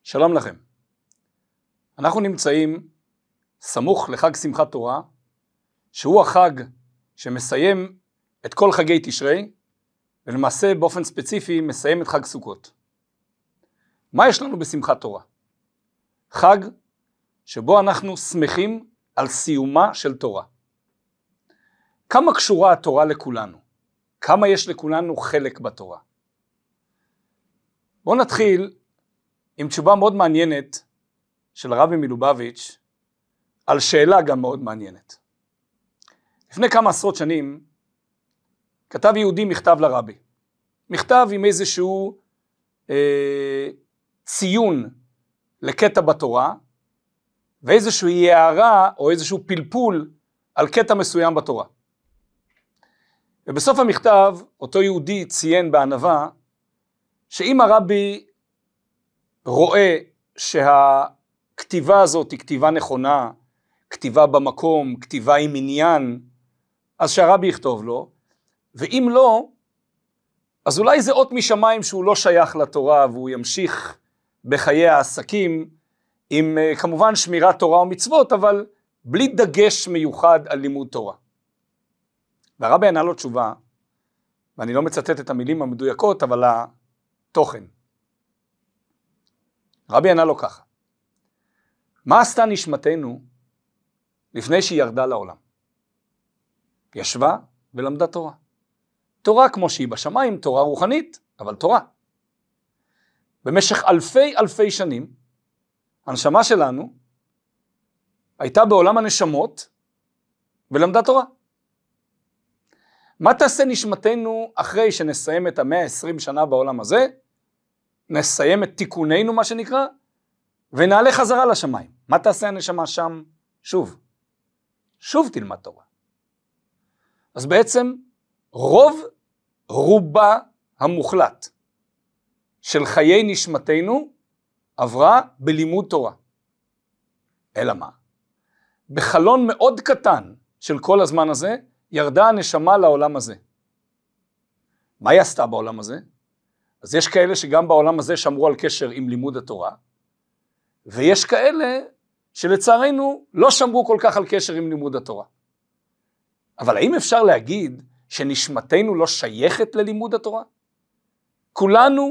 שלום לכם. אנחנו נמצאים סמוך לחג שמחת תורה, שהוא החג שמסיים את כל חגי תשרי, ולמעשה באופן ספציפי מסיים את חג סוכות. מה יש לנו בשמחת תורה? חג שבו אנחנו שמחים על סיומה של תורה. כמה קשורה התורה לכולנו? כמה יש לכולנו חלק בתורה? בואו נתחיל עם תשובה מאוד מעניינת של הרבי מלובביץ' על שאלה גם מאוד מעניינת. לפני כמה עשרות שנים כתב יהודי מכתב לרבי. מכתב עם איזשהו ציון לקטע בתורה, ואיזשהו הערה או איזשהו פלפול על קטע מסוים בתורה. ובסוף המכתב אותו יהודי ציין בענווה שאם הרבי רואה שהכתיבה הזאת היא כתיבה נכונה, כתיבה במקום, כתיבה עם עניין, אז שהרבי יכתוב לו, ואם לא, אז אולי זה אות משמיים שהוא לא שייך לתורה, והוא ימשיך בחיי העסקים, עם כמובן שמירת תורה ומצוות, אבל בלי דגש מיוחד על לימוד תורה. והרבי ענה לו תשובה, ואני לא מצטט את המילים המדויקות, אבל התוכן. רבי ענה לו ככה, מה עשתה נשמתנו לפני שהיא ירדה לעולם? ישבה ולמדה תורה. תורה כמו שהיא בשמיים, תורה רוחנית, אבל תורה. במשך אלפי שנים, הנשמה שלנו הייתה בעולם הנשמות ולמדה תורה. מה תעשה נשמתנו אחרי שנסיים את 120 שנה בעולם הזה? נסיים את תיקוננו מה שנקרא, ונעלה חזרה לשמיים. מה תעשה הנשמה שם? שוב תלמד תורה. אז בעצם רובה המוחלט של חיי נשמתנו עברה בלימוד תורה. אלא מה? בחלון מאוד קטן של כל הזמן הזה, ירדה הנשמה לעולם הזה. מה היא עשתה בעולם הזה? אז יש כאלה שגם בעולם הזה שמרו על קשר עם לימוד התורה, ויש כאלה שלצערנו לא שמרו כל כך על קשר עם לימוד התורה. אבל האם אפשר להגיד שנשמתנו לא שייכת ללימוד התורה? כולנו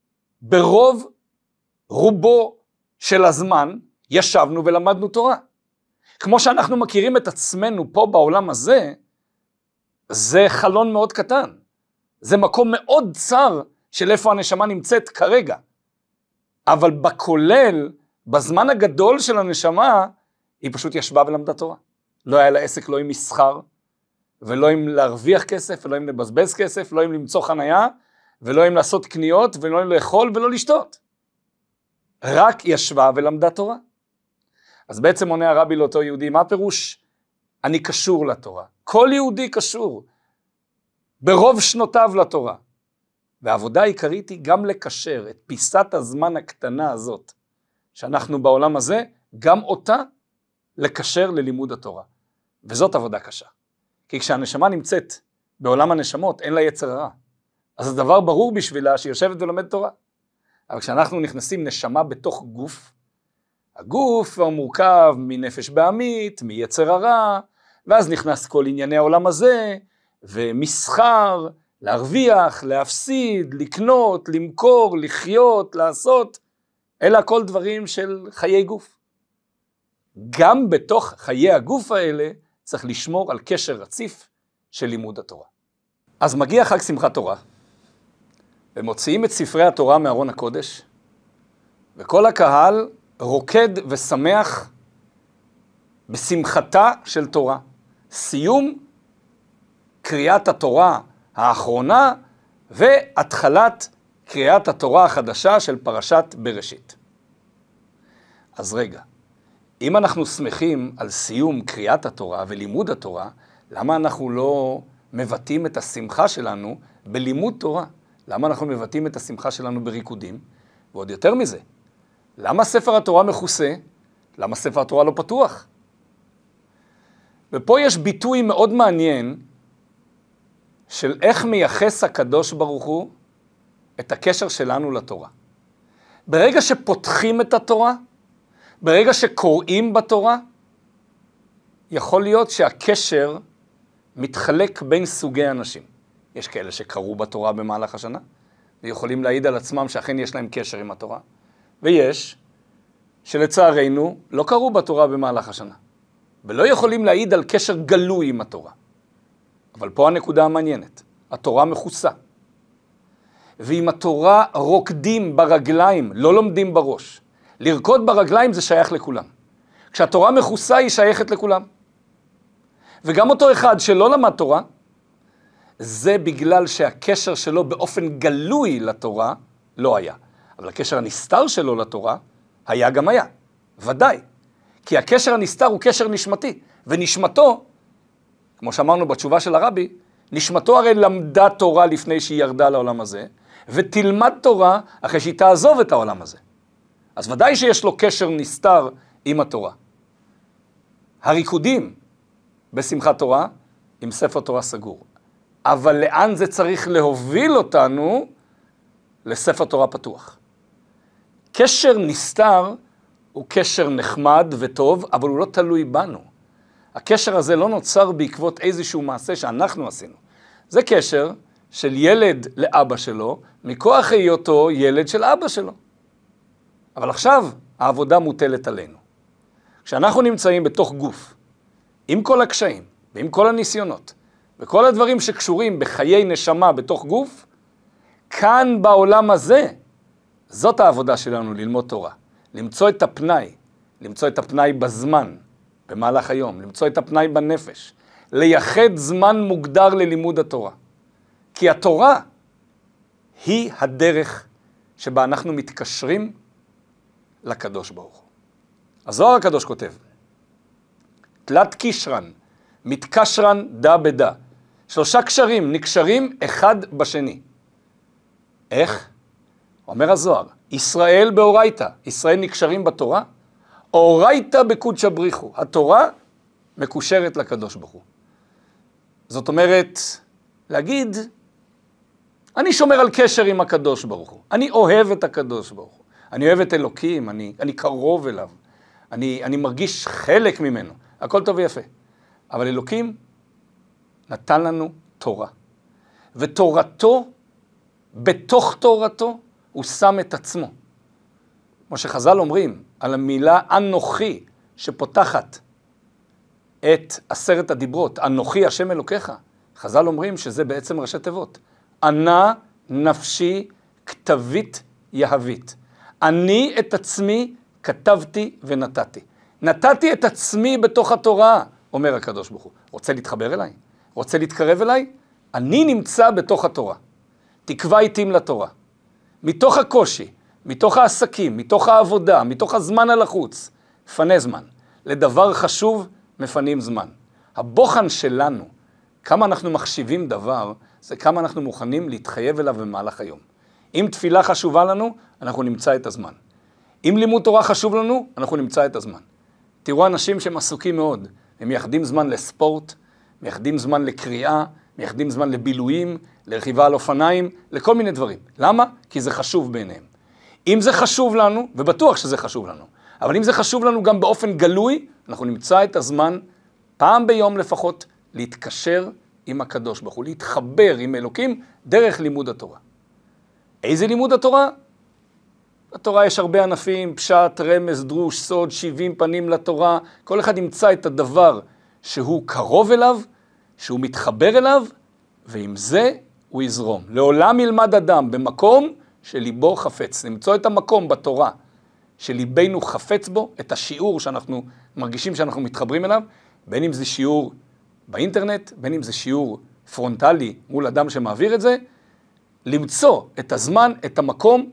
רובו של הזמן ישבנו ולמדנו תורה. כמו שאנחנו מכירים את עצמנו פה בעולם הזה, זה חלון מאוד קטן. זה מקום מאוד צר של איפה הנשמה נמצאת כרגע. אבל בכולל, בזמן הגדול של הנשמה, היא פשוט ישבה ולמדה תורה. לא היה לה עסק לא עם מסחר, ולא עם להרוויח כסף, ולא עם לבזבז כסף, לא עם למצוא חנייה, ולא עם לעשות קניות, ולא עם לאכול ולא לשתות. רק ישבה ולמדה תורה. אז בעצם עונה הרבי לאותו יהודי, מה פירוש? אני קשור לתורה. כל יהודי קשור, ברוב שנותיו לתורה. והעבודה העיקרית היא גם לקשר את פיסת הזמן הקטנה הזאת, שאנחנו בעולם הזה, גם אותה לקשר ללימוד התורה. וזאת עבודה קשה. כי כשהנשמה נמצאת בעולם הנשמות, אין לה יצר הרע. אז זה דבר ברור בשבילה שהיא יושבת ולומדת תורה. אבל כשאנחנו נכנסים נשמה בתוך גוף, הגוף הוא מורכב מנפש בעמית, מיצר הרע, ואז נכנס כל ענייני העולם הזה, ומסחר, להרוויח, להפסיד, לקנות, למכור, לחיות, לעשות, אלה הכל דברים של חיי גוף. גם בתוך חיי הגוף האלה צריך לשמור על קשר רציף של לימוד התורה. אז מגיע חג שמחת תורה, ומוציאים את ספרי התורה מארון הקודש, וכל הקהל רוקד ושמח בשמחתה של תורה. סיום קריאת התורה האחרונה והתחלת קריאת התורה החדשה של פרשת בראשית. אז רגע, אם אנחנו שמחים על סיום קריאת התורה ולימוד התורה, למה אנחנו לא מבטאים את השמחה שלנו בלימוד תורה? למה אנחנו מבטאים את השמחה שלנו בריקודים? ועוד יותר מזה, למה ספר התורה מכוסה? למה ספר התורה לא פתוח? ופה יש ביטוי מאוד מעניין של איך מייחס הקדוש ברוך הוא את הקשר שלנו לתורה. ברגע שפותחים את התורה, ברגע שקוראים בתורה, יכול להיות שהקשר מתחלק בין סוגי אנשים. יש כאלה שקראו בתורה במהלך השנה, ויכולים להעיד על עצמם שאכן יש להם קשר עם התורה. ויש שלצערנו לא קראו בתורה במהלך השנה, ולא יכולים להעיד על קשר גלוי עם התורה. אבל פה הנקודה המעניינת, התורה מכוסה. ואם התורה רוקדים ברגליים, לא לומדים בראש. לרקוד ברגליים זה שייך לכולם. כשהתורה מכוסה היא שייכת לכולם. וגם אותו אחד שלא למד תורה, זה בגלל שהקשר שלו באופן גלוי לתורה לא היה. אבל הקשר הנסתר שלו לתורה היה גם היה, ודאי. כי הקשר הנסתר הוא קשר נשמתי, ונשמתו, כמו שאמרנו בתשובה של הרבי, נשמתו הרי למדה תורה לפני שהיא ירדה לעולם הזה, ותלמד תורה אחרי שהיא תעזוב את העולם הזה. אז ודאי שיש לו קשר נסתר עם התורה. הריקודים בשמחת תורה עם ספר תורה סגור. אבל לאן זה צריך להוביל אותנו? לספר תורה פתוח. קשר נסתר הוא קשר נחמד וטוב, אבל הוא לא תלוי בנו. הקשר הזה לא נוצר בעקבות איזשהו מעשה שאנחנו עשינו. זה קשר של ילד לאבא שלו, מכוח היותו ילד של אבא שלו. אבל עכשיו העבודה מוטלת עלינו. כשאנחנו נמצאים בתוך גוף, עם כל הקשיים ועם כל הניסיונות, וכל הדברים שקשורים בחיי נשמה בתוך גוף, כאן בעולם הזה, זאת העבודה שלנו ללמוד תורה. למצוא את הפנאי, למצוא את הפנאי בזמן, במהלך היום, למצוא את הפנאי בנפש, לייחד זמן מוגדר ללימוד התורה. כי התורה היא הדרך שבה אנחנו מתקשרים לקדוש ברוך הוא. הזוהר הקדוש כותב, תלת קישרן, מתקשרן דה בדה. 3 קשרים נקשרים אחד בשני. איך? אומר הזוהר, ישראל באורייתא, ישראל נקשרים בתורה, אורייתא בקודשא בריחו, התורה מקושרת לקדוש ברוך הוא. זאת אומרת, להגיד, אני שומר על קשר עם הקדוש ברוך הוא, אני אוהב את הקדוש ברוך הוא, אני אוהב את אלוקים, אני קרוב אליו, אני מרגיש חלק ממנו, הכל טוב ויפה. אבל אלוקים נתן לנו תורה, ותורתו, בתוך תורתו, הוא שם את עצמו. כמו שחז"ל אומרים, על המילה אנוכי שפותחת את 10 הדיברות, אנוכי השם אלוקיך, חז"ל אומרים שזה בעצם ראשי תיבות. אנא נפשי כתבית יהבית. אני את עצמי כתבתי ונתתי. נתתי את עצמי בתוך התורה, אומר הקדוש ברוך הוא. רוצה להתחבר אליי? רוצה להתקרב אליי? אני נמצא בתוך התורה. תקווה איתים לתורה. מתוך הקושי, מתוך העסקים, מתוך העבודה, מתוך הזמן הלחוץ, פנה זמן. לדבר חשוב מפנים זמן. הבוחן שלנו, כמה אנחנו מחשיבים דבר, זה כמה אנחנו מוכנים להתחייב אליו במהלך היום. אם תפילה חשובה לנו, אנחנו נמצא את הזמן. אם לימוד תורה חשוב לנו, אנחנו נמצא את הזמן. תראו אנשים שהם עסוקים מאוד, הם מייחדים זמן לספורט, מייחדים זמן לקריאה, מייחדים זמן לבילויים, לרכיבה על אופניים, לכל מיני דברים. למה? כי זה חשוב בעיניהם. אם זה חשוב לנו, ובטוח שזה חשוב לנו, אבל אם זה חשוב לנו גם באופן גלוי, אנחנו נמצא את הזמן, פעם ביום לפחות, להתקשר עם הקדוש ברוך הוא, להתחבר עם אלוקים דרך לימוד התורה. איזה לימוד התורה? בתורה יש הרבה ענפים, פשט, רמז, דרוש, סוד, 70 פנים לתורה. כל אחד ימצא את הדבר שהוא קרוב אליו, שהוא מתחבר אליו, ועם זה הוא יזרום. לעולם ילמד אדם במקום שליבו חפץ. למצוא את המקום בתורה שליבנו חפץ בו, את השיעור שאנחנו מרגישים שאנחנו מתחברים אליו, בין אם זה שיעור באינטרנט, בין אם זה שיעור פרונטלי מול אדם שמעביר את זה, למצוא את הזמן, את המקום,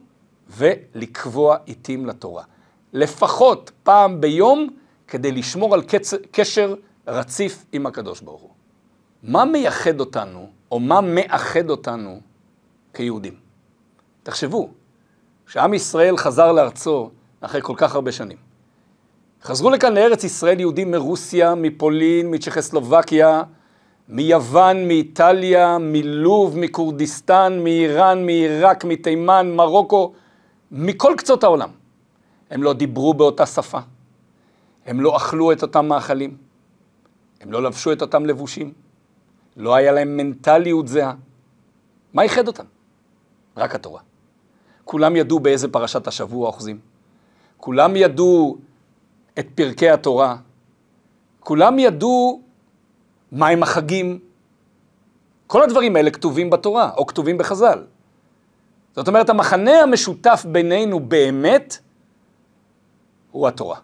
ולקבוע עיתים לתורה. לפחות פעם ביום, כדי לשמור על קשר רציף עם הקדוש ברוך הוא. מה מייחד אותנו, או מה מאחד אותנו כיהודים? תחשבו, כשעם ישראל חזר לארצו אחרי כל כך הרבה שנים, חזרו לכאן לארץ ישראל יהודים מרוסיה, מפולין, מצ'כוסלובקיה, מיוון, מאיטליה, מלוב, מקורדיסטן, מאיראן, מעיראק, מתימן, מרוקו, מכל קצות העולם. הם לא דיברו באותה שפה, הם לא אכלו את אותם מאכלים, הם לא לבשו את אותם לבושים, לא היה להם מנטליות זהה. מה ייחד אותם? רק התורה. כולם ידעו באיזה פרשת השבוע אוחזים. כולם ידעו את פרקי התורה. כולם ידעו מהם החגים. כל הדברים האלה כתובים בתורה או כתובים בחז"ל. זאת אומרת, המחנה המשותף בינינו באמת הוא התורה.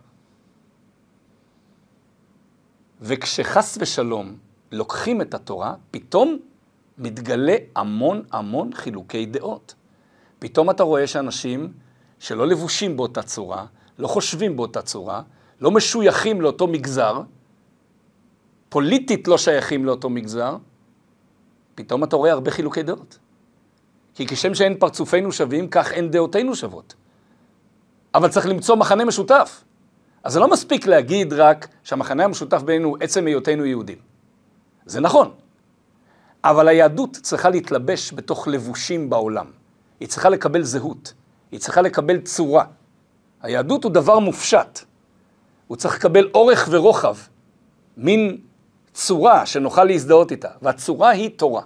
וכשחס ושלום לוקחים את התורה, פתאום מתגלה המון חילוקי דעות. פתאום אתה רואה שאנשים שלא לבושים באותה צורה, לא חושבים באותה צורה, לא משויכים לאותו מגזר, פוליטית לא שייכים לאותו מגזר, פתאום אתה רואה הרבה חילוקי דעות. כי כשם שאין פרצופינו שווים, כך אין דעותינו שוות. אבל צריך למצוא מחנה משותף. אז זה לא מספיק להגיד רק שהמחנה המשותף בינינו הוא עצם היותנו יהודים. זה נכון. אבל היהדות צריכה להתלבש בתוך לבושים בעולם. היא צריכה לקבל זהות. היא צריכה לקבל צורה. היהדות הוא דבר מופשט. הוא צריך לקבל אורך ורוחב. מין צורה שנוכל להזדהות איתה. והצורה היא תורה.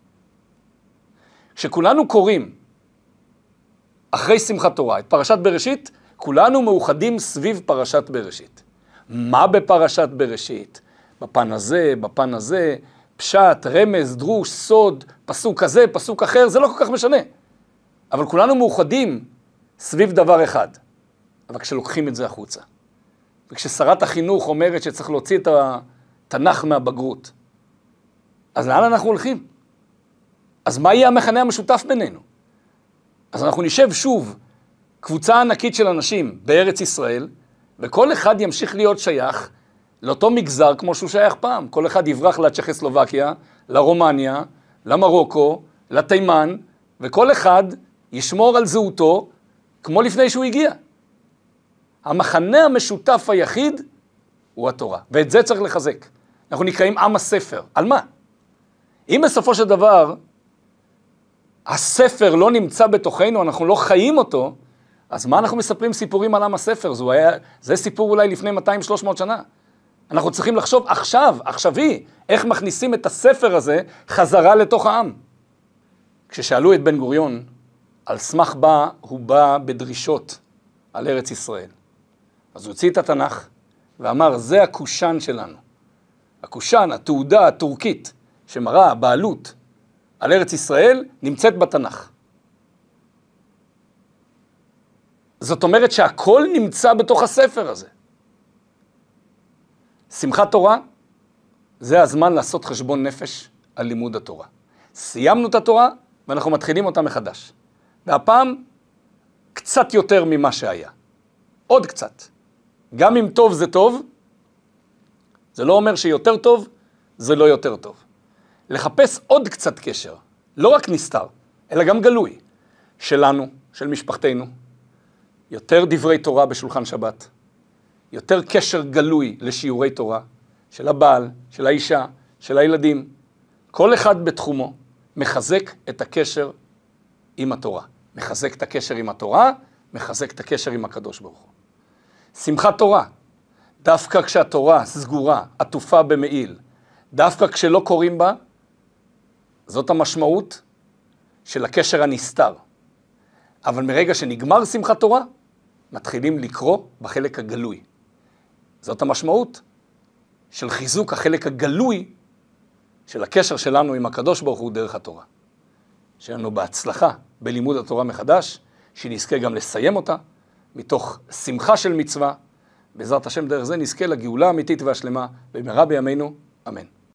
כשכולנו קוראים אחרי שמחת תורה את פרשת בראשית, כולנו מאוחדים סביב פרשת בראשית. מה בפרשת בראשית? בפן הזה, בפן הזה, פשט, רמז, דרוש, סוד, פסוק כזה, פסוק אחר, זה לא כל כך משנה. אבל כולנו מאוחדים סביב דבר אחד. אבל כשלוקחים את זה החוצה. וכששרת החינוך אומרת שצריך להוציא את התנ"ך מהבגרות, אז לאן אנחנו הולכים? אז מה יהיה המחנה המשותף בינינו? אז אנחנו נשב שוב, קבוצה ענקית של אנשים בארץ ישראל, וכל אחד ימשיך להיות שייך לאותו מגזר כמו שהוא שייך פעם. כל אחד יברח לצ'כוסלובקיה, לרומניה, למרוקו, לתימן, וכל אחד ישמור על זהותו כמו לפני שהוא הגיע. המחנה המשותף היחיד הוא התורה, ואת זה צריך לחזק. אנחנו נקראים עם הספר. על מה? אם בסופו של דבר הספר לא נמצא בתוכנו, אנחנו לא חיים אותו, אז מה אנחנו מספרים סיפורים על עם הספר? זה סיפור אולי לפני 200-300 שנה. אנחנו צריכים לחשוב עכשווי, איך מכניסים את הספר הזה חזרה לתוך העם. כששאלו את בן גוריון, על סמך הוא בא בדרישות על ארץ ישראל. אז הוא הוציא את התנ"ך ואמר, זה הקושן שלנו. הקושן, התעודה הטורקית, שמראה בעלות על ארץ ישראל, נמצאת בתנ"ך. זאת אומרת שהכל נמצא בתוך הספר הזה. שמחת תורה, זה הזמן לעשות חשבון נפש על לימוד התורה. סיימנו את התורה ואנחנו מתחילים אותה מחדש. והפעם קצת יותר ממה שהיה. עוד קצת. גם אם טוב זה טוב, זה לא אומר שיותר טוב, זה לא יותר טוב. לחפש עוד קצת קשר, לא רק נסתר, אלא גם גלוי, שלנו, של משפחתנו, יותר דברי תורה בשולחן שבת, יותר קשר גלוי לשיעורי תורה, של הבעל, של האישה, של הילדים. כל אחד בתחומו מחזק את הקשר עם התורה. מחזק את הקשר עם התורה, מחזק את הקשר עם הקדוש ברוך הוא. שמחת תורה, דווקא כשהתורה סגורה, עטופה במעיל, דווקא כשלא קוראים בה, זאת המשמעות של הקשר הנסתר. אבל מרגע שנגמר שמחת תורה, מתחילים לקרוא בחלק הגלוי. זאת המשמעות של חיזוק החלק הגלוי של הקשר שלנו עם הקדוש ברוך הוא דרך התורה. שיהיה לנו בהצלחה בלימוד התורה מחדש, שנזכה גם לסיים אותה, מתוך שמחה של מצווה. בעזרת השם דרך זה נזכה לגאולה האמיתית והשלמה, במהרה בימינו, אמן.